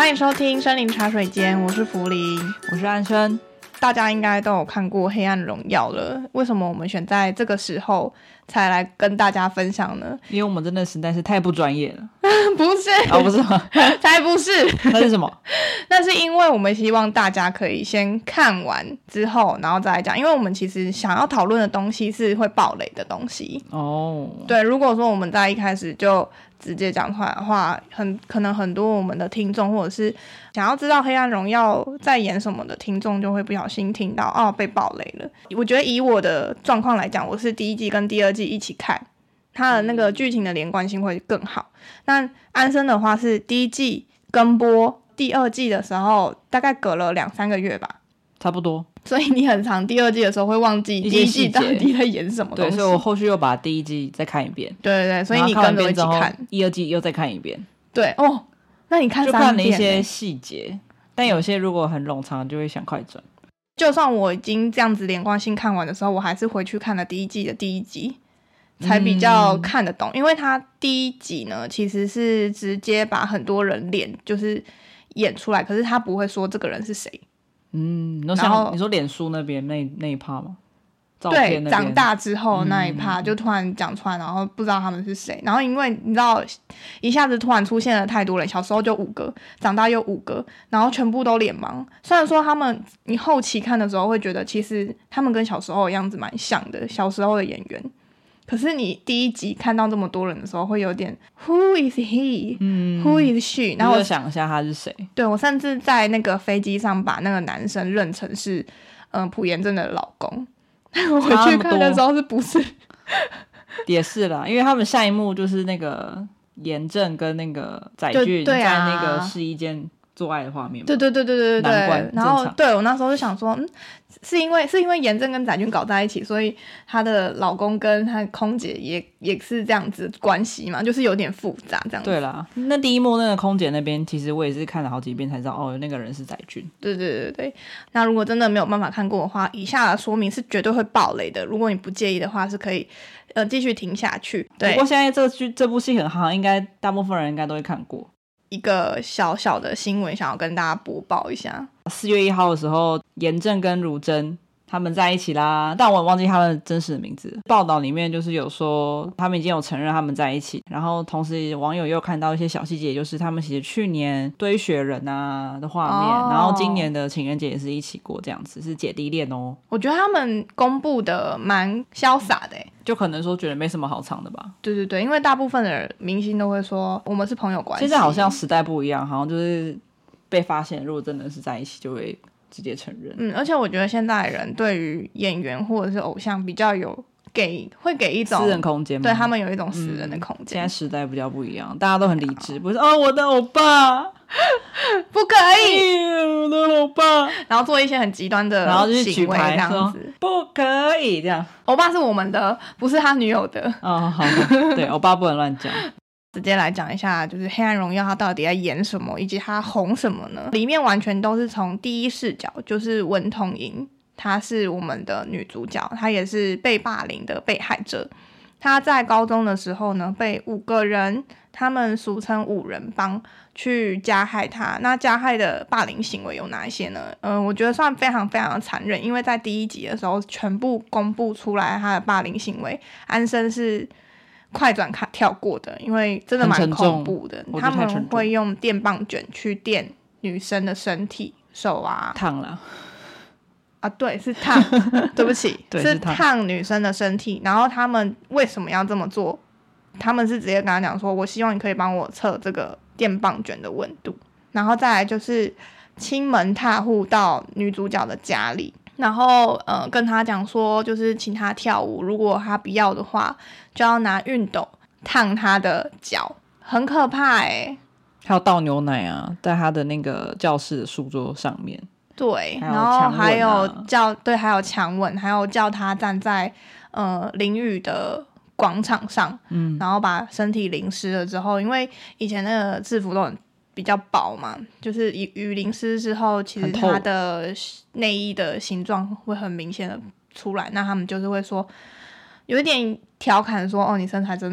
欢迎收听森林茶水间，我是福林， 我是安生。 大家应该都有看过《黑暗荣耀》了，为什么我们选在这个时候才来跟大家分享呢？ 因为我们真的实在是太不专业了。 不是哦，不是吗？ 才不是。 那是什么？ 那是因为我们希望大家可以先看完之后然后再来讲，因为我们其实想要讨论的东西是会爆雷的东西哦。 对，如果说我们在一开始就直接讲出来的话，可能很多我们的听众或者是想要知道黑暗荣耀在演什么的听众就会不小心听到被爆雷了。我觉得以我的状况来讲，我是第一季跟第二季一起看，它的那个剧情的连贯性会更好。那安生的话是第一季跟播，第二季的时候大概隔了2-3个月吧， 差不多。 所以你很常第二季的时候会忘记第一季到底在演什么东西。 对，所以我后续又把第一季再看一遍。 对对对，所以你跟着一起看， 第二季又再看一遍。 对哦，那你看3遍， 就看了一些细节，但有些如果很冗长就会想快转。 就算我已经这样子连贯性看完的时候，我还是回去看了第一季的第一集才比较看得懂，因为他第一集呢其实是直接把很多人脸就是演出来，可是他不会说这个人是谁。 然后你说脸书那边那一趴吗？ 对，长大之后那一趴就突然讲出来，然后不知道他们是谁。然后因为你知道一下子突然出现了太多人，小时候就5个，长大又5个，然后全部都脸盲。虽然说你后期看的时候会觉得其实他们跟小时候的样子蛮像的，小时候的演员，可是你第一集看到这么多人的时候会有点 Who is he? Who is she? 然后我想一下他是谁。 对，我甚至在那个飞机上把那个男生认成是朴妍珍的老公。我回去看的时候是不是也是啦，因为他们下一幕就是那个妍珍跟那个载俊在那个试衣间做爱的画面嘛。 对， 难怪。 然后对我那时候就想说是因为妍珍跟载俊搞在一起，所以她的老公跟她的空姐也是这样子关系嘛，就是有点复杂这样子。 对啦，那第一幕那个空姐那边其实我也是看了好几遍才知道那个人是载俊。 对，那如果真的没有办法看过的话，以下的说明是绝对会爆雷的，如果你不介意的话是可以继续听下去。对， 不过现在这部戏很夯，应该大部分人应该都会看过。 一个小小的新闻想要跟大家播报一下 ，4月1号的时候妍珍跟汝珍他们在一起啦，但我忘记他们真实的名字。报道里面就是有说他们已经有承认他们在一起，然后同时网友又看到一些小细节，就是他们其实去年堆雪人啊的画面，然后今年的情人节也是一起过，这样子是姐弟恋哦。 我觉得他们公布的蛮潇洒的就可能说觉得没什么好藏的吧。 对，因为大部分的明星都会说我们是朋友关系。 现在好像时代不一样，好像就是被发现如果真的是在一起就会直接承认。 而且我觉得现在的人对于演员或者是偶像比较会给一种私人空间吗？ 对，他们有一种私人的空间。 现在时代比较不一样，大家都很理智，不是我的欧巴不可以我的欧巴， 然后做一些很极端的然后就是行为这样子， 不可以这样。 欧巴是我们的，不是他女友的。 好对，欧巴不能乱讲。 直接来讲一下就是黑暗荣耀它到底在演什么以及它红什么呢？里面完全都是从第一视角，就是文童莹，她是我们的女主角，她也是被霸凌的被害者。她在高中的时候呢，被5个人，他们俗称5人帮去加害她。那加害的霸凌行为有哪一些呢？我觉得算非常非常的残忍，因为在第一集的时候全部公布出来她的霸凌行为，安生是快转跳过的，因为真的蛮恐怖的。他们会用电棒卷去电女生的身体、手啊， 烫了对，是烫对不起是烫女生的身体。然后他们为什么要这么做？他们是直接跟他讲说，我希望你可以帮我测这个电棒卷的温度。然后再来就是亲门踏户到女主角的家里，然后跟他讲说，就是请他跳舞，如果他不要的话就要拿熨斗烫他的脚，很可怕还有倒牛奶啊，在他的那个教室的书桌上面。 对，然后还有还有强吻，还有叫他站在淋雨的广场上，然后把身体淋湿了之后，因为以前那个制服都比较薄嘛，就是雨淋湿之后，其实它的内衣的形状会很明显的出来，那他们就是会说有一点调侃说，你身材真的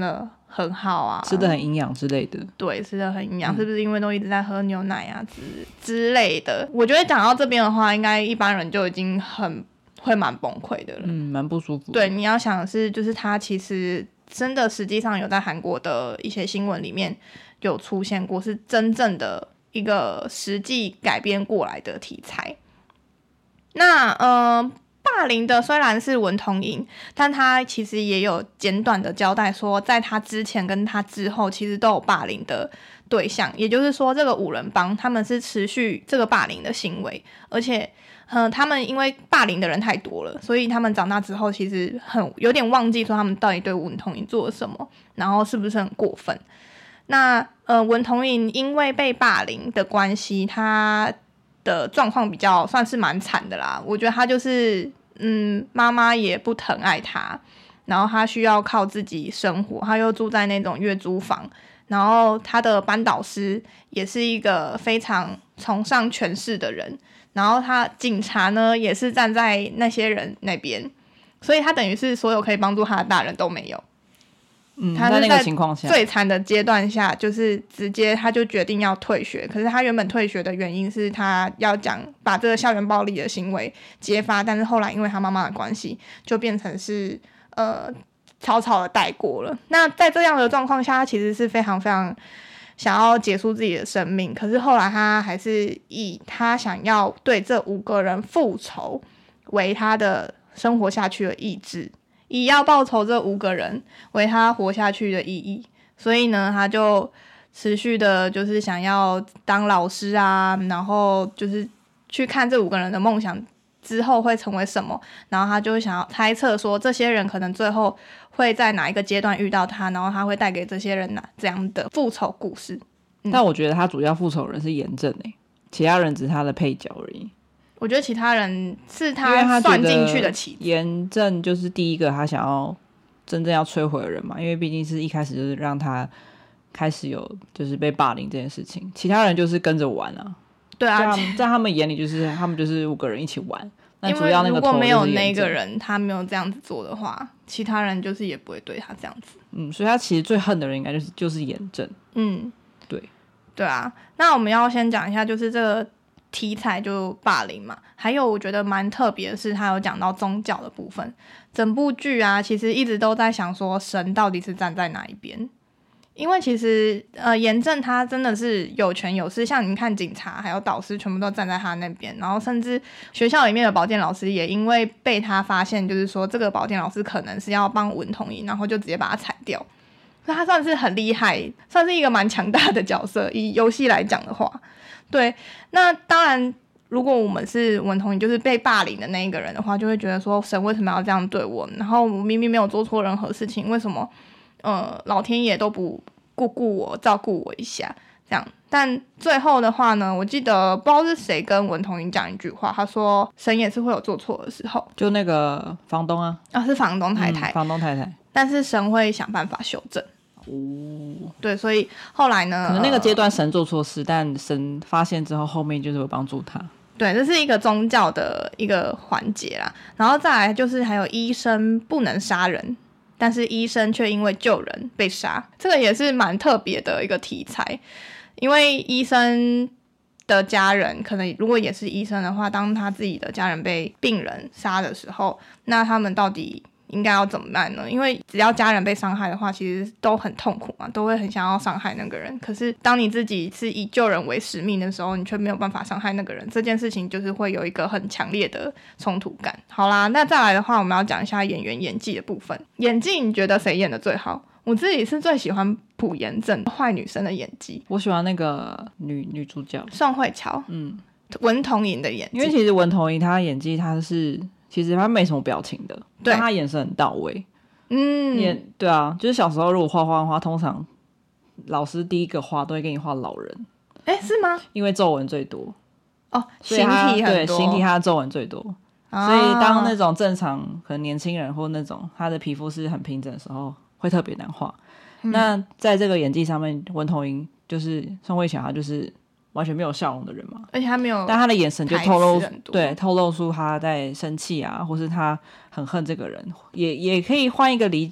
很好啊， 吃的很营养之类的。 对，吃的很营养，是不是因为都一直在喝牛奶啊之类的？我觉得讲到这边的话，应该一般人就已经会蛮崩溃的了， 蛮不舒服的。 对，你要想的是，就是他其实真的实际上有在韩国的一些新闻里面有出现过，是真正的一个实际改编过来的题材。那霸凌的虽然是文同莹，但他其实也有简短的交代说，在他之前跟他之后其实都有霸凌的对象，也就是说这个五人帮他们是持续这个霸凌的行为，而且他们因为霸凌的人太多了，所以他们长大之后其实有点忘记说他们到底对文同莹做了什么，然后是不是很过分。那文同莹因为被霸凌的关系，他的状况比较算是蛮惨的啦。我觉得他就是妈妈也不疼爱他，然后他需要靠自己生活，他又住在那种月租房，然后他的班导师也是一个非常崇尚权势的人，然后警察呢也是站在那些人那边，所以他等于是所有可以帮助他的大人都没有。他在那个情况下最惨的阶段下，就是直接他就决定要退学。可是他原本退学的原因是他要把这个校园暴力的行为揭发，但是后来因为他妈妈的关系，就变成是草草的带过了。那在这样的状况下，他其实是非常非常想要结束自己的生命，可是后来他还是以他想要对这5个人复仇为他的生活下去的意志，以要报仇这5个人为他活下去的意义。所以呢，他就持续的就是想要当老师啊，然后就是去看这5个人的梦想之后会成为什么，然后他就会想要猜测说这些人可能最后会在哪一个阶段遇到他，然后他会带给这些人这样的复仇故事。 但我觉得他主要复仇人是严正其他人只是他的配角而已。 我觉得其他人是他算进去的棋子。 严正就是第一个他想要真正要摧毁的人嘛，因为毕竟是一开始就是让他开始有就是被霸凌这件事情，其他人就是跟着玩啊。 对啊， 在他们眼里就是他们就是5个人一起玩。那主因为如果没有那个人他没有这样子做的话，其他人就是也不会对他这样子。 所以他其实最恨的人应该就是严正。 对啊。那我们要先讲一下就是这个题材就霸凌嘛，还有我觉得蛮特别的是他有讲到宗教的部分。整部剧啊其实一直都在想说神到底是站在哪一边，因为其实严正他真的是有权有势，像你看警察还有导师全部都站在他那边，然后甚至学校里面的保健老师也因为被他发现就是说这个保健老师可能是要帮文同莹，然后就直接把他裁掉。所以他算是很厉害，算是一个蛮强大的角色，以游戏来讲的话。对，那当然如果我们是文同莹就是被霸凌的那一个人的话，就会觉得说神为什么要这样对我，然后我明明没有做错任何事情，为什么老天爷都不顾我照顾我一下这样。但最后的话呢，我记得不知道是谁跟文同莹讲一句话，他说神也是会有做错的时候， 就那个房东啊， 是房东太太， 房东太太， 但是神会想办法修正。对，所以后来呢， 可能那个阶段神做错事，但神发现之后，后面就是会帮助他。 对，这是一个宗教的一个环节啦。然后再来就是还有医生不能杀人，但是医生却因为救人被杀，这个也是蛮特别的一个题材。因为医生的家人可能如果也是医生的话，当他自己的家人被病人杀的时候，那他们到底应该要怎么办呢？因为只要家人被伤害的话，其实都很痛苦嘛，都会很想要伤害那个人。可是当你自己是以救人为使命的时候，你却没有办法伤害那个人，这件事情就是会有一个很强烈的冲突感。好啦，那再来的话，我们要讲一下演员演技的部分。演技你觉得谁演的最好？我自己是最喜欢朴妍正坏女生的演技， 我喜欢那个女主角宋慧乔，文同莹的演技。 因为其实文同莹她演技其实她没什么表情的，但她眼神很到位。对啊，就是小时候如果画画的话，通常老师第一个画都会给你画老人。 是吗？ 因为皱纹最多形体很多， 对，形体她的皱纹最多。所以当那种正常可能年轻人或那种他的皮肤是很平整的时候，会特别难画。那在这个演技上面，文同莹就是宋慧乔，她就是完全没有笑容的人嘛， 而且她没有， 但她的眼神就透露出她在生气啊，或是她很恨这个人。也可以换一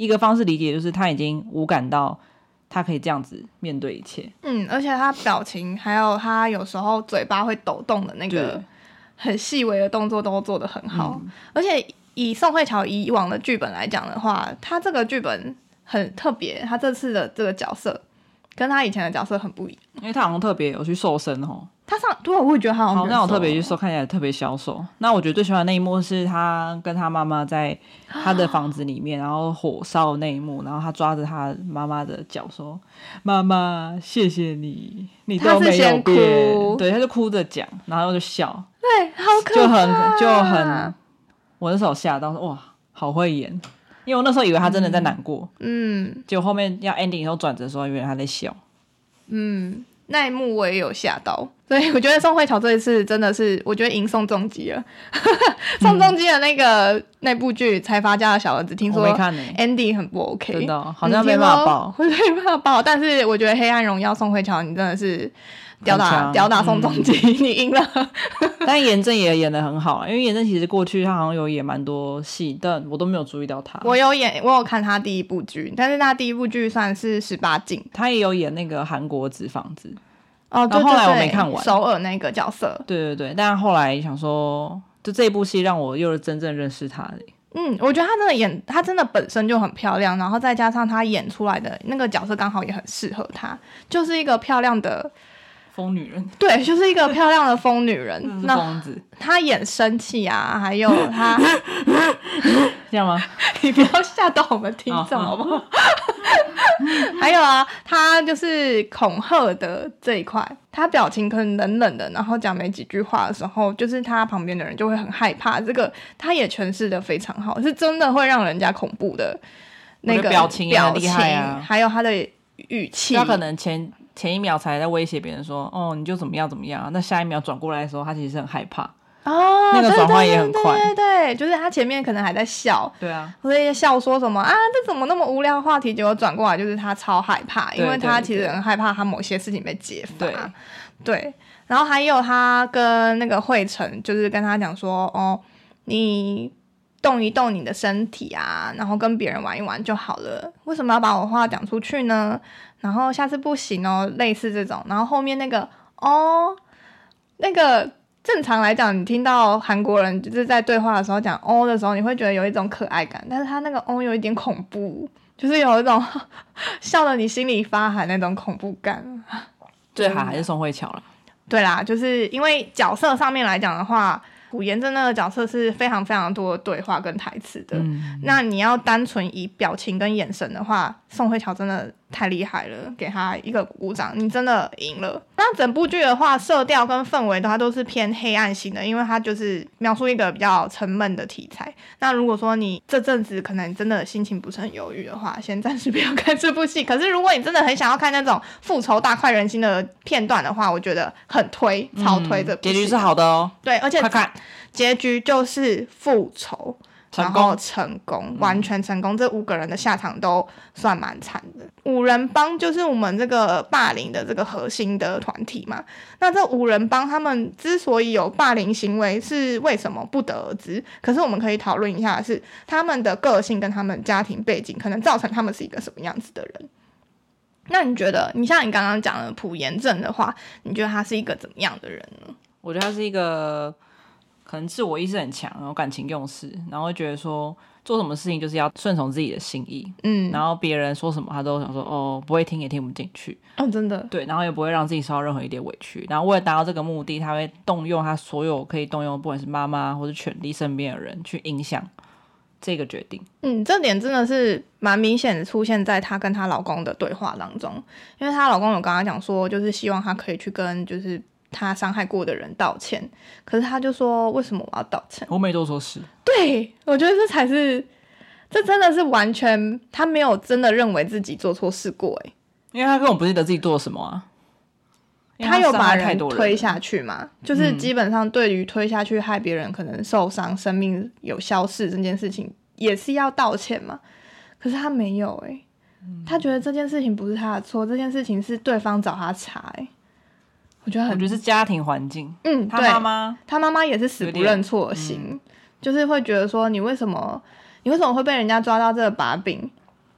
一个方式理解，就是他已经无感到他可以这样子面对一切。 而且他表情还有他有时候嘴巴会抖动的那个很细微的动作都做得很好。而且以宋慧乔以往的剧本来讲的话，他这个剧本很特别，他这次的这个角色跟他以前的角色很不一样， 因为他好像特别有去瘦身哦。 对，我会觉得他好像有特别去瘦，看起来特别消瘦。那我觉得最喜欢的那一幕是他跟他妈妈在他的房子里面，然后火烧那一幕，然后他抓着他妈妈的脚说：“妈妈，谢谢你，你都没有变。”对，他就哭着讲，然后就笑， 对，好可怕， 就很，我那时候吓到哇，好会演，因为我那时候以为他真的在难过，结果后面要 ending 以后转折的时候，原来他在笑， 那一幕我也有吓到，所以我觉得宋慧乔这一次真的是，我觉得赢宋仲基了。宋仲基的那部剧《财阀家的小儿子》，听说 Andy 很不 OK， 真的好像没办法爆， 没办法爆。但是我觉得《黑暗荣耀》宋慧乔，你真的是吊打宋仲基，你赢了。 但严正也演得很好，因为严正其实过去他好像有演蛮多戏，但我都没有注意到他。 我有看他第一部剧，但是他第一部剧算是18禁。 他也有演那个韩国纸房子。 哦，对， 后来我没看完首尔那个角色。 对，但后来想说，就这一部戏让我又真正认识他了。 我觉得他真的本身就很漂亮，然后再加上他演出来的那个角色刚好也很适合他，就是一个漂亮的疯女人。 对，就是一个漂亮的疯女人。 那疯子， 他演生气啊，还有他这样吗？ 你不要吓到我们听众好不好？还有啊，他就是恐吓的这一块，他表情可能冷冷的，然后讲没几句话的时候，就是他旁边的人就会很害怕。这个他也诠释的非常好，是真的会让人家恐怖的那个表情也很厉害啊， 还有他的语气， 他可能前一秒才在威胁别人说，哦，你就怎么样怎么样，那下一秒转过来的时候，他其实是很害怕。那个转换也很快， 对，就是他前面可能还在笑， 对啊， 或者笑说什么啊，这怎么那么无聊的话题，结果转过来就是他超害怕，因为他其实很害怕他某些事情被揭发，对，然后还有他跟那个惠成，就是跟他讲说，哦，你动一动你的身体啊，然后跟别人玩一玩就好了，为什么要把我话讲出去呢？然后下次不行哦，类似这种，然后后面那个那个。正常来讲，你听到韩国人就是在对话的时候讲“哦”的时候，你会觉得有一种可爱感，但是他那个“哦”有一点恐怖，就是有一种笑得你心里发寒那种恐怖感。 最好还是宋慧乔啦。 对啦，就是因为角色上面来讲的话，朴妍珍那个角色是非常非常多的对话跟台词的。那你要单纯以表情跟眼神的话，宋慧乔真的太厉害了，给他一个鼓掌，你真的赢了。那整部剧的话，色调跟氛围的话都是偏黑暗型的，因为它就是描述一个比较沉闷的题材。那如果说你这阵子可能真的心情不是很忧郁的话，先暂时不要看这部戏。可是如果你真的很想要看那种复仇大快人心的片段的话，我觉得很推，超推这部戏。 结局是好的哦。 对，而且快看， 结局就是复仇。然后成功，完全成功，这5个人的下场都算蛮惨的。5人帮就是我们这个霸凌的这个核心的团体嘛。那这5人帮他们之所以有霸凌行为是为什么不得而知，可是我们可以讨论一下的是他们的个性跟他们家庭背景可能造成他们是一个什么样子的人。那你觉得你像你刚刚讲的朴妍珍的话，你觉得他是一个怎么样的人呢？ 我觉得他是一个可能自我意识很强，然后感情用事，然后会觉得说做什么事情就是要顺从自己的心意，然后别人说什么他都想说哦，不会听也听不进去， 真的， 对，然后也不会让自己受到任何一点委屈，然后为了达到这个目的，他会动用他所有可以动用，不管是妈妈或是权力身边的人去影响这个决定。 这点真的是蛮明显的出现在她跟她老公的对话当中，因为她老公有跟她讲说，就是希望她可以去跟就是他伤害过的人道歉，可是他就说为什么我要道歉？ 我没做错事。 对，我觉得这真的是完全他没有真的认为自己做错事过耶， 因为他根本不记得自己做了什么啊。 他有把人推下去嘛，就是基本上对于推下去害别人可能受伤生命有消逝这件事情也是要道歉嘛，可是他没有耶，他觉得这件事情不是他的错，这件事情是对方找他茬耶。我觉得是家庭环境。他妈妈也是死不认错的心，就是会觉得说你为什么会被人家抓到这个把柄，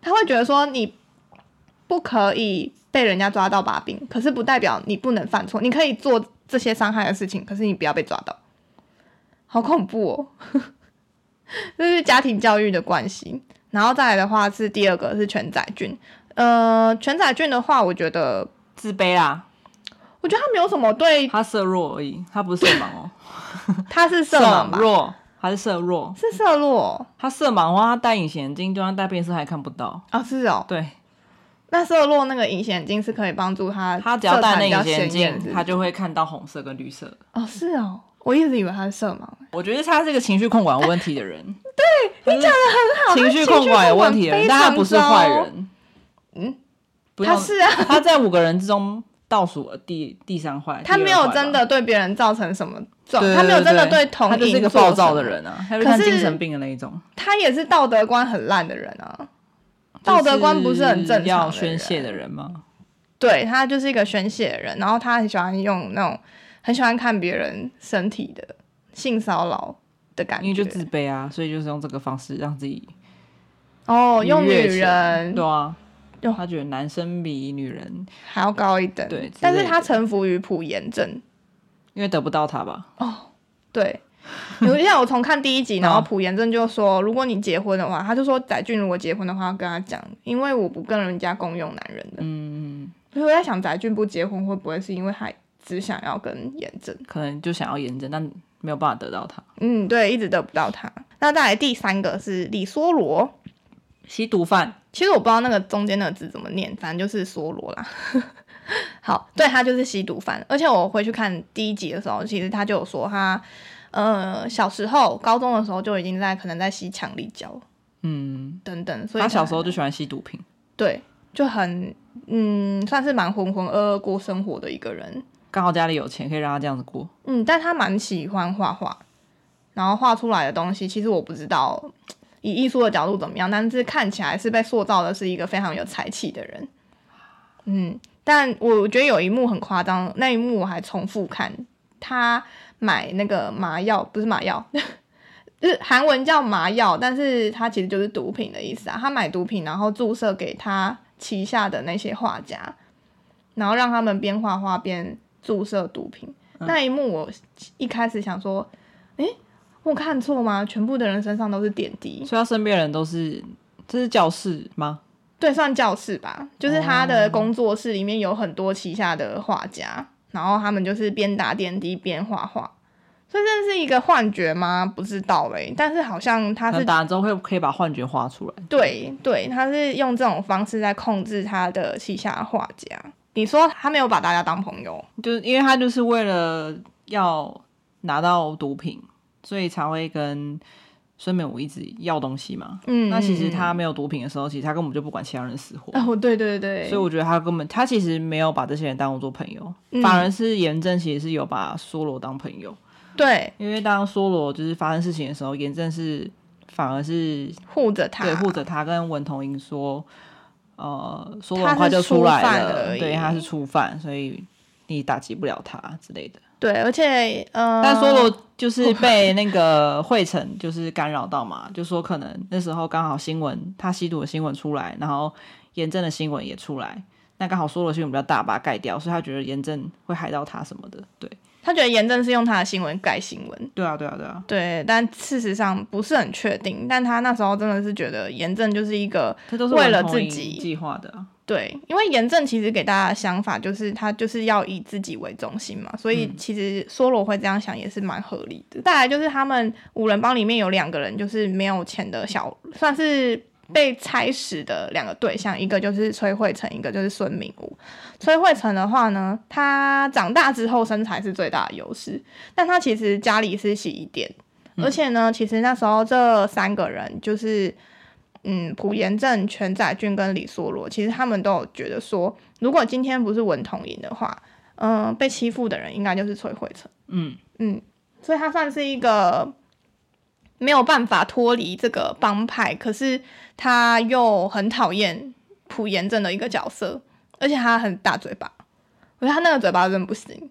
他会觉得说你不可以被人家抓到把柄，可是不代表你不能犯错，你可以做这些伤害的事情，可是你不要被抓到。好恐怖哦！这是家庭教育的关系。然后再来的话是第二个是全载俊，全载俊的话，我觉得自卑啊， 我觉得他没有什么对， 他色弱而已，他不是色盲哦， 他是色盲吧？ 弱还是色弱？ 是色弱。 他色盲的话，他戴隐形眼镜，就算戴变色还看不到。 哦，是哦。 对， 那色弱那个隐形眼镜是可以帮助他只要戴那隐形眼镜，他就会看到红色跟绿色的。 哦，是哦。我一直以为他是色盲， 我觉得他是个情绪控管有问题的人。 对，你讲的很好， 情绪控管有问题的人，但他不是坏人。 他是啊， 他在5个人之中倒数第三坏。 他没有真的对别人造成什么状， 对他没有真的对同龄，他就是一个暴躁的人啊，他就像精神病的那一种。 他也是道德观很烂的人啊，道德观不是很正常的人， 要宣泄的人吗？ 对，他就是一个宣泄的人，然后他很喜欢用那种。很喜欢看别人身体的性骚扰的感觉， 因为就自卑啊，所以就是用这个方式让自己用女人， 对啊，他觉得男生比女人还要高一等， 对， 但是他臣服于朴妍珍， 因为得不到他吧？ 哦，对，有一天我从看第1集，然后朴妍珍就说，如果你结婚的话，他就说载俊如果结婚的话，要跟他讲，因为我不跟人家共用男人的，所以我在想载俊不结婚会不会是因为他只想要跟妍珍， 可能就想要妍珍，但没有办法得到他。 对，一直得不到他。那再来第3个是李梭罗， 吸毒犯。 其实我不知道那个中间那个字怎么念，反正就是梭罗啦。好，对，他就是吸毒犯。而且我回去看第1集的时候，其实他就有说他小时候高中的时候就已经可能在吸强力胶，等等，所以他小时候就喜欢吸毒品。 对，就很算是蛮浑浑噩噩过生活的一个人。 刚好家里有钱，可以让他这样子过。 但他蛮喜欢画画，然后画出来的东西，其实我不知道以艺术的角度怎么样，但是看起来是被塑造的是一个非常有才气的人。但我觉得有一幕很夸张，那一幕我还重复看，他买那个麻药，不是麻药，就是韩文叫麻药，但是它其实就是毒品的意思啊。他买毒品，然后注射给他旗下的那些画家，然后让他们边画画边注射毒品。那一幕我一开始想说，我看错吗？全部的人身上都是点滴， 所以他身边人都是，这是教室吗？ 对，算教室吧，就是他的工作室里面有很多旗下的画家，然后他们就是边打点滴边画画。所以这是一个幻觉吗？不知道但是好像他是打了之后可以把幻觉画出来。 对，他是用这种方式在控制他的旗下的画家。你说他没有把大家当朋友， 就是因为他就是为了要拿到毒品，所以才会跟孙美武一直要东西嘛。那其实他没有毒品的时候，其实他根本就不管其他人死活。 对对对。 所以我觉得他其实没有把这些人当做朋友，反而是严正其实是有把梭罗当朋友。 对， 因为当梭罗就是发生事情的时候，严正是反而是护着他， 对，护着他，跟文童英说，梭罗很快就出来了，对，他是初犯，所以你打击不了他之类的。 对，而且但梭罗就是被那个惠成就是干扰到嘛，就说可能那时候刚好新闻他吸毒的新闻出来，然后严正的新闻也出来，那刚好梭罗新闻比较大，把它盖掉，所以他觉得严正会害到他什么的，对。 他觉得严正是用他的新闻盖新闻， 对， 但事实上不是很确定。但他那时候真的是觉得严正就是一个为了自己计划的， 对，因为严正其实给大家的想法就是他就是要以自己为中心嘛，所以其实梭罗会这样想也是蛮合理的。再来就是他们5人帮里面有2个人就是没有钱的算是被差使的2个对象，一个就是崔慧成，一个就是孙明武。崔慧成的话呢，他长大之后身材是最大的优势，但他其实家里是洗衣店，而且呢，其实那时候这3个人就是朴妍珍、全载俊跟李梭罗，其实他们都有觉得说，如果今天不是文童莹的话，被欺负的人应该就是崔慧成。所以他算是一个没有办法脱离这个帮派，可是他又很讨厌朴妍珍的一个角色，而且他很大嘴巴，我觉得他那个嘴巴真的不行。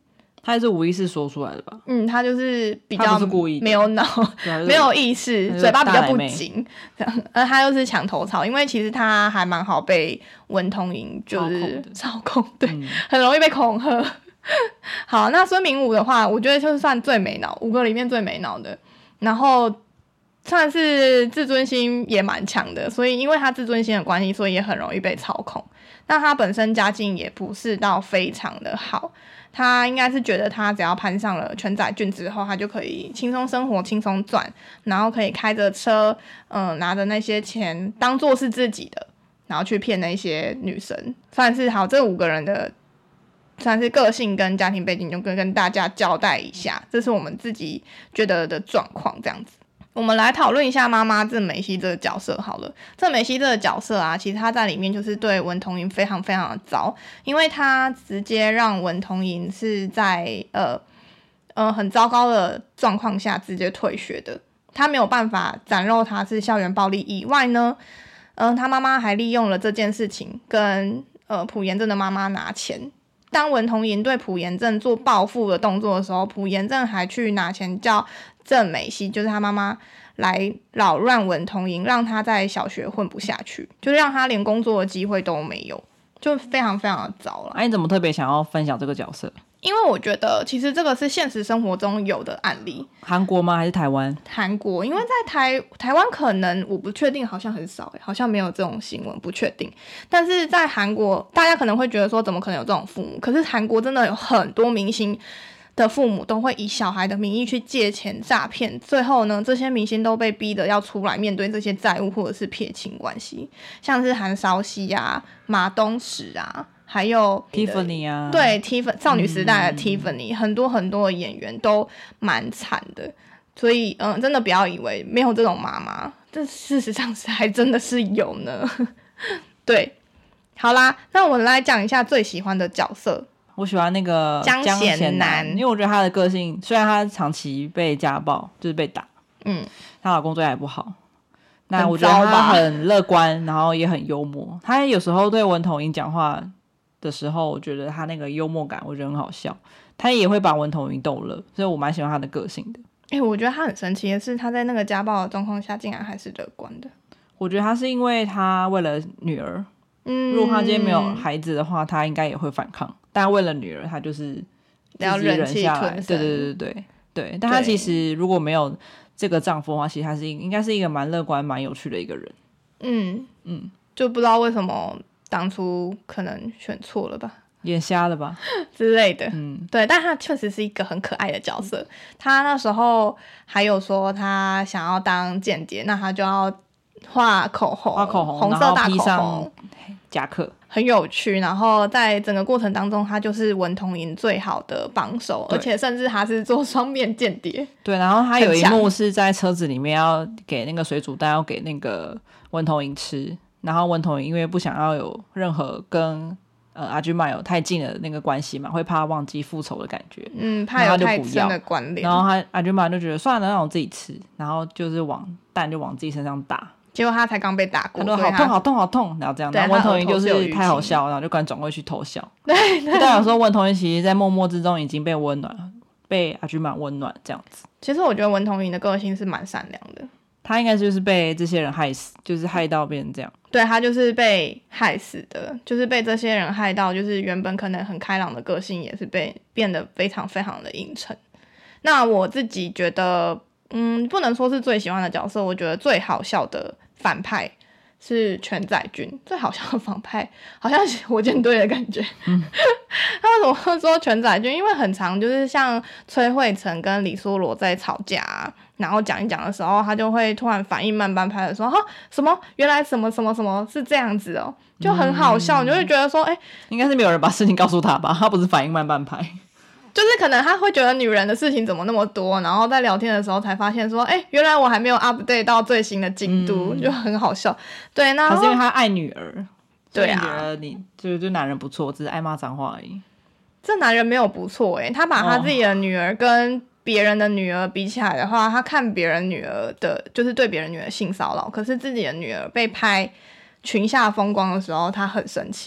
他也是无意识说出来的吧？ 他就是比他较不是故意的没有脑，没有意他识， 就是嘴巴比较不大奶妹紧，这样。而他又是墙头草，因为其实他还蛮好被文童莹就是操控，对，很容易被恐吓。好，那孙明武的话，我觉得就是算最没脑，5个里面最没脑的，然后算是自尊心也蛮强的，所以因为他自尊心的关系，所以也很容易被操控。那他本身家境也不是到非常的好，他应该是觉得他只要攀上了全载俊之后，他就可以轻松生活、轻松赚，然后可以开着车，拿着那些钱当做是自己的，然后去骗那些女生。算是好，这5个人的算是个性跟家庭背景，就跟大家交代一下，这是我们自己觉得的状况，这样子。我们来讨论一下妈妈郑美熙这个角色好了。郑美熙这个角色啊，其实她在里面就是对文童莹非常非常的糟，因为她直接让文童莹是在很糟糕的状况下直接退学的。她没有办法展露她是校园暴力以外呢，她妈妈还利用了这件事情跟朴妍正的妈妈拿钱。当文童莹对朴妍正做报复的动作的时候，朴妍正还去拿钱叫郑美熙，就是他妈妈来扰乱文童莹，让他在小学混不下去，就是让他连工作的机会都没有，就非常非常的糟了。 你怎么特别想要分享这个角色？ 因为我觉得其实这个是现实生活中有的案例。 韩国吗？还是台湾？ 韩国，因为在台湾可能我不确定，好像很少好像没有这种新闻，不确定。但是在韩国，大家可能会觉得说，怎么可能有这种父母？可是韩国真的有很多明星的父母都会以小孩的名义去借钱诈骗，最后呢，这些明星都被逼得要出来面对这些债务或者是撇清关系，像是韩韶熙啊、马东石啊。还有 Tiffany 啊， 对 Tiffany 少女时代的 Tiffany，很多很多的演员都蛮惨的，所以真的不要以为没有这种妈妈，这事实上是还真的是有呢。对，好啦，那我们来讲一下最喜欢的角色。 我喜欢那个江贤南， 因为我觉得他的个性，虽然他长期被家暴，就是被打，她老公对她也不好。那我觉得他很乐观，然后也很幽默。他有时候对文童莹讲话的时候，我觉得他那个幽默感，我觉得很好笑。他也会把文童莹逗乐，所以我蛮喜欢他的个性的。 我觉得他很神奇的是，他在那个家暴的状况下，竟然还是乐观的。 我觉得他是因为他为了女儿，如果他今天没有孩子的话，他应该也会反抗。但为了女儿，他就是要忍气吞声。 对。但他其实如果没有这个丈夫的话，其实他应该是一个蛮乐观、蛮有趣的一个人。 就不知道为什么当初可能选错了吧， 眼瞎了吧之类的。对，但他确实是一个很可爱的角色。他那时候还有说他想要当间谍，那他就要画口红，红色大口红， 夹克， 很有趣。然后在整个过程当中，他就是文童莹最好的帮手，而且甚至他是做双面间谍。 对，然后他有一幕是在车子里面要给那个水煮蛋要给那个文童莹吃，然后文童莹因为不想要有任何跟阿君玛有太近的那个关系嘛，会怕忘记复仇的感觉， 怕有太深的关联。 然后阿君玛就觉得算了，让我自己吃，然后就是蛋就往自己身上打。 结果他才刚被打过， 他说好痛，然后这样，然后文童莹就是太好笑，然后就赶紧转过去偷笑。对，代表说文童莹其实在默默之中已经被温暖了，被阿君玛温暖这样子。 其实我觉得文童莹的个性是蛮善良的， 他应该就是被这些人害死，就是害到变成这样。 对，他就是被害死的，就是被这些人害到，就是原本可能很开朗的个性也是变得非常非常的阴沉。那我自己觉得不能说是最喜欢的角色，我觉得最好笑的反派是全载俊，最好笑的反派好像是火箭队的感觉。他为什么会说全载俊？因为很常就是像崔慧成跟李梭罗在吵架然后讲一讲的时候，他就会突然反应慢半拍的说什么原来什么什么什么是这样子哦，就很好笑。你就会觉得说应该是没有人把事情告诉他吧，他不是反应慢半拍， 就是可能他会觉得女人的事情怎么那么多，然后在聊天的时候才发现说原来我还没有 update 到最新的进度，就很好笑。对，那可是因为他爱女儿， 对啊， 所以觉得你就男人不错，只是爱骂脏话而已。 这男人没有不错他把他自己的女儿跟别人的女儿比起来的话，他看别人女儿的就是对别人女儿性骚扰，可是自己的女儿被拍裙下风光的时候他很生气，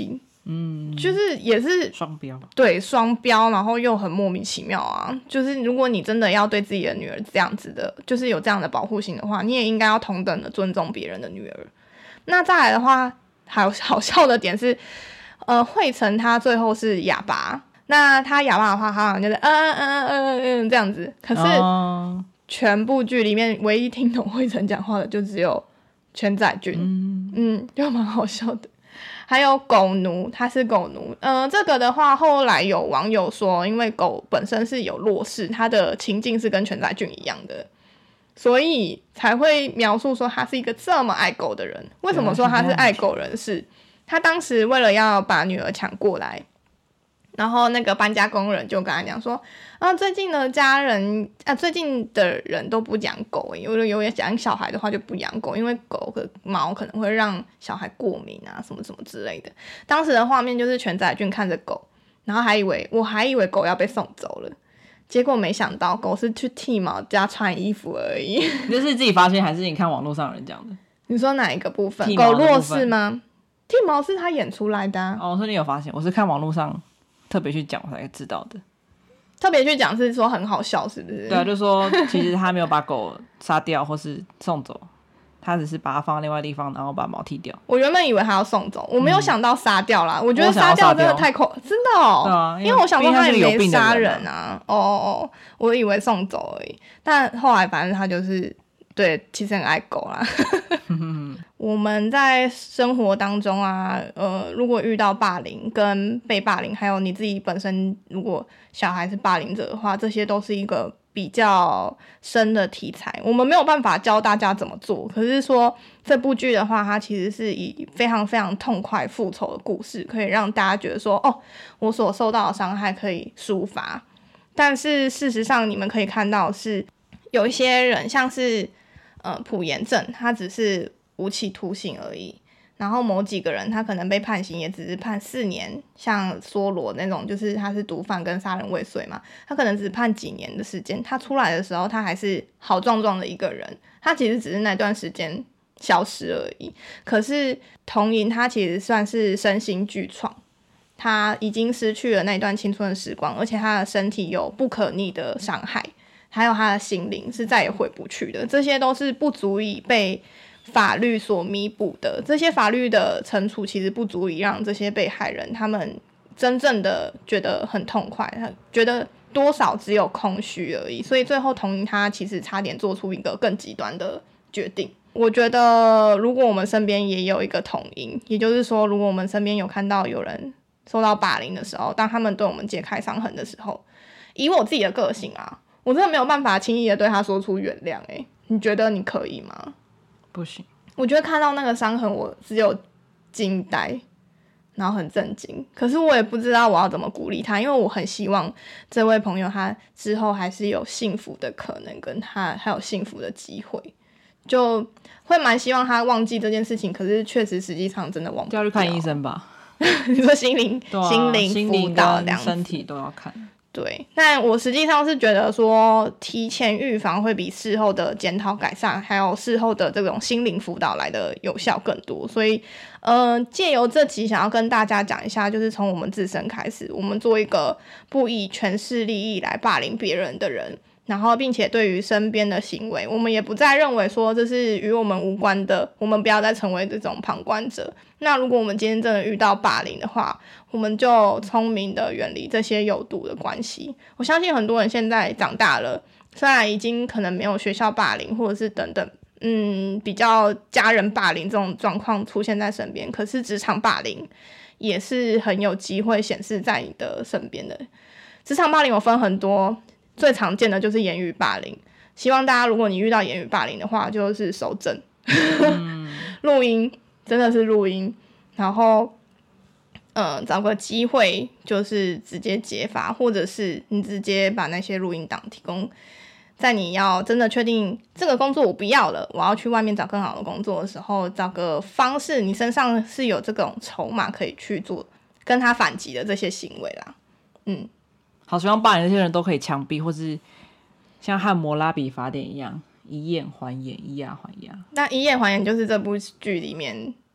就是也是双标， 对，双标，然后又很莫名其妙啊。就是如果你真的要对自己的女儿这样子的，就是有这样的保护性的话，你也应该要同等的尊重别人的女儿。那再来的话，还有好笑的点是，惠成他最后是哑巴，那他哑巴的话，他好像就是这样子。可是全部剧里面唯一听懂惠成讲话的就只有全宰俊，就蛮好笑的。还有狗奴，他是狗奴。这个的话，后来有网友说，因为狗本身是有弱视，它的情境是跟全宰俊一样的，所以才会描述说他是一个这么爱狗的人。为什么说他是爱狗人士？他当时为了要把女儿抢过来，然后那个搬家工人就跟他讲说，最近的最近的人都不养狗，有养小孩的话就不养狗，因为狗的毛可能会让小孩过敏啊，什么什么之类的。当时的画面就是全宰俊看着狗，然后我还以为狗要被送走了，结果没想到狗是去剃毛加穿衣服而已。 你这是自己发现还是你看网络上有人讲的？ 你说哪一个部分？ 剃毛的部分狗弱视吗？剃毛是他演出来的啊。 所以你有发现？我是看网络上特别去讲我才知道的。 特别去讲是说很好笑是不是？ 对啊，就说其实他没有把狗杀掉或是送走，他只是把它放在另外地方，然后把毛剃掉。 我原本以为他要送走，我没有想到杀掉啦。我觉得杀掉真的太真的哦。 对啊， 因为我想说他也没杀人啊。我以为送走而已，但后来反正他就是对，其实很爱狗啦。我们在生活当中啊，如果遇到霸凌跟被霸凌，还有你自己本身如果小孩是霸凌者的话，这些都是一个比较深的题材，我们没有办法教大家怎么做。可是说这部剧的话，它其实是以非常非常痛快复仇的故事，可以让大家觉得说，我所受到的伤害可以抒发。但是事实上，你们可以看到是有一些人，像是朴妍正，他只是无期徒刑而已。然后某几个人他可能被判刑也只是判4年，像梭罗那种就是他是毒贩跟杀人未遂嘛，他可能只判几年的时间，他出来的时候他还是好壮壮的一个人，他其实只是那段时间消失而已。可是童莹他其实算是身心俱创，他已经失去了那段青春的时光，而且他的身体有不可逆的伤害，还有他的心灵是再也回不去的，这些都是不足以被法律所弥补的。这些法律的惩处其实不足以让这些被害人他们真正的觉得很痛快，他觉得多少只有空虚而已。所以最后童莹他其实差点做出一个更极端的决定。我觉得如果我们身边也有一个童莹，也就是说如果我们身边有看到有人受到霸凌的时候，当他们对我们揭开伤痕的时候，以我自己的个性啊，我真的没有办法轻易的对他说出原谅。你觉得你可以吗？ 不行。 我觉得看到那个伤痕，我只有惊呆，然后很震惊。可是我也不知道我要怎么鼓励他，因为我很希望这位朋友他之后还是有幸福的可能，跟他还有幸福的机会，就会蛮希望他忘记这件事情。可是确实实际上真的忘不掉。 就要去看医生吧。 你说心灵辅导这样子， 身体都要看。 对，但我实际上是觉得说，提前预防会比事后的检讨改善，还有事后的这种心灵辅导来的有效更多。所以，借由这集想要跟大家讲一下，就是从我们自身开始，我们做一个不以权势利益来霸凌别人的人。然后并且对于身边的行为，我们也不再认为说这是与我们无关的，我们不要再成为这种旁观者。那如果我们今天真的遇到霸凌的话，我们就聪明的远离这些有毒的关系。我相信很多人现在长大了，虽然已经可能没有学校霸凌或者是等等比较家人霸凌这种状况出现在身边，可是职场霸凌也是很有机会显示在你的身边的。职场霸凌有分很多，最常见的就是言语霸凌。希望大家如果你遇到言语霸凌的话，就是收证录音，真的是录音，然后找个机会就是直接揭发，或者是你直接把那些录音档提供在你要真的确定这个工作我不要了，我要去外面找更好的工作的时候，找个方式你身上是有这种筹码可以去做跟他反击的这些行为啦。 好希望霸凌那些人都可以枪毙，或是像汉谟拉比法典一样以眼还眼，以牙还牙。 那以眼还眼就是这部剧里面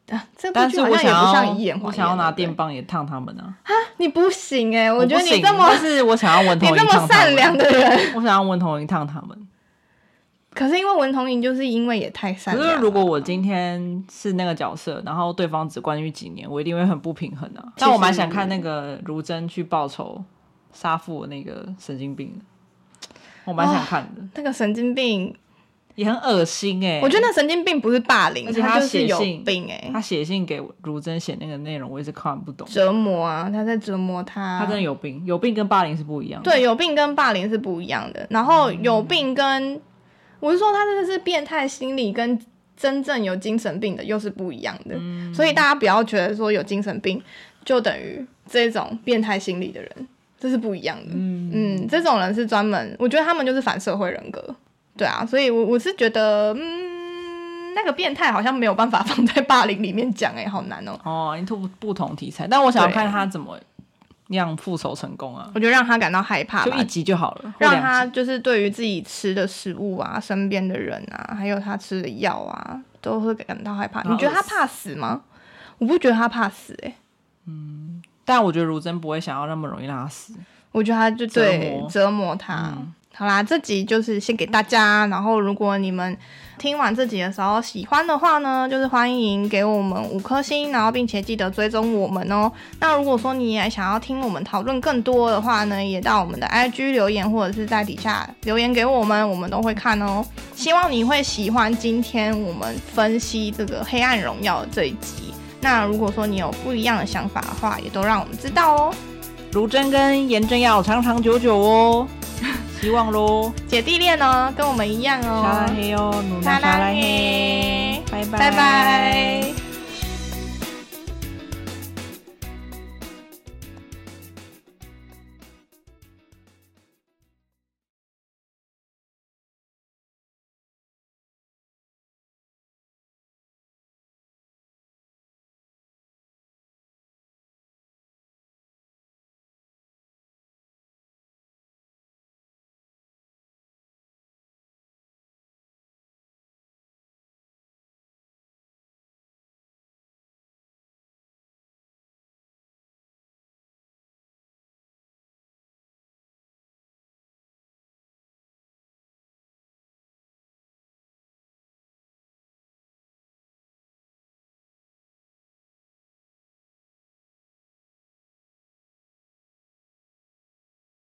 这部但是我剧好像也不像以眼还眼， 我想要拿对不对电棒也烫他们啊！ 你不行哎、我觉得不行你这么但是我想要文你这么童莹烫他们善良的人， 我想要文童莹烫他们。 可是因为文童莹就是因为也太善良了。 可是如果我今天是那个角色，然后对方只关狱几年，我一定会很不平衡啊。但我蛮想看那个如真去报仇杀父的那个神经病的，我蛮想看的。 那个神经病也很恶心哎、 我觉得那神经病不是霸凌， 而且他就是有写信病哎、 他写信给如真写那个内容，我也是看不懂。 折磨啊，他在折磨他。 他真的有病，有病跟霸凌是不一样的。 对，有病跟霸凌是不一样的。然后有病跟，我是说他这个是变态心理，跟真正有精神病的又是不一样的。所以大家不要觉得说有精神病就等于这种变态心理的人，这是不一样的。这种人是专门，我觉得他们就是反社会人格。对啊，所以我是觉得，那个变态好像没有办法放在霸凌里面讲，好难哦。 哦，你不同题材，但我想要看他怎么样复仇成功啊。 我觉得让他感到害怕吧， 就一集就好了， 让他就是对于自己吃的食物啊、身边的人啊，还有他吃的药啊，都会感到害怕。你觉得他怕死吗？我不觉得他怕死但我觉得如真不会想要那么容易让他死。 我觉得他就对折磨他。好啦，这集就是先给大家，然后如果你们听完这集的时候喜欢的话呢，就是欢迎给我们5颗星，然后并且记得追踪我们哦。那如果说你也想要听我们讨论更多的话呢，也到我们的 IG 留言，或者是在底下留言给我们，我们都会看哦。希望你会喜欢今天我们分析这个《黑暗荣耀》这一集。那如果说你有不一样的想法的话，也都让我们知道哦。 如真跟颜真要长长久久哦，希望咯。 姐弟恋哦，跟我们一样哦。 沙拉黑哦，努娜沙拉黑，拜拜拜拜。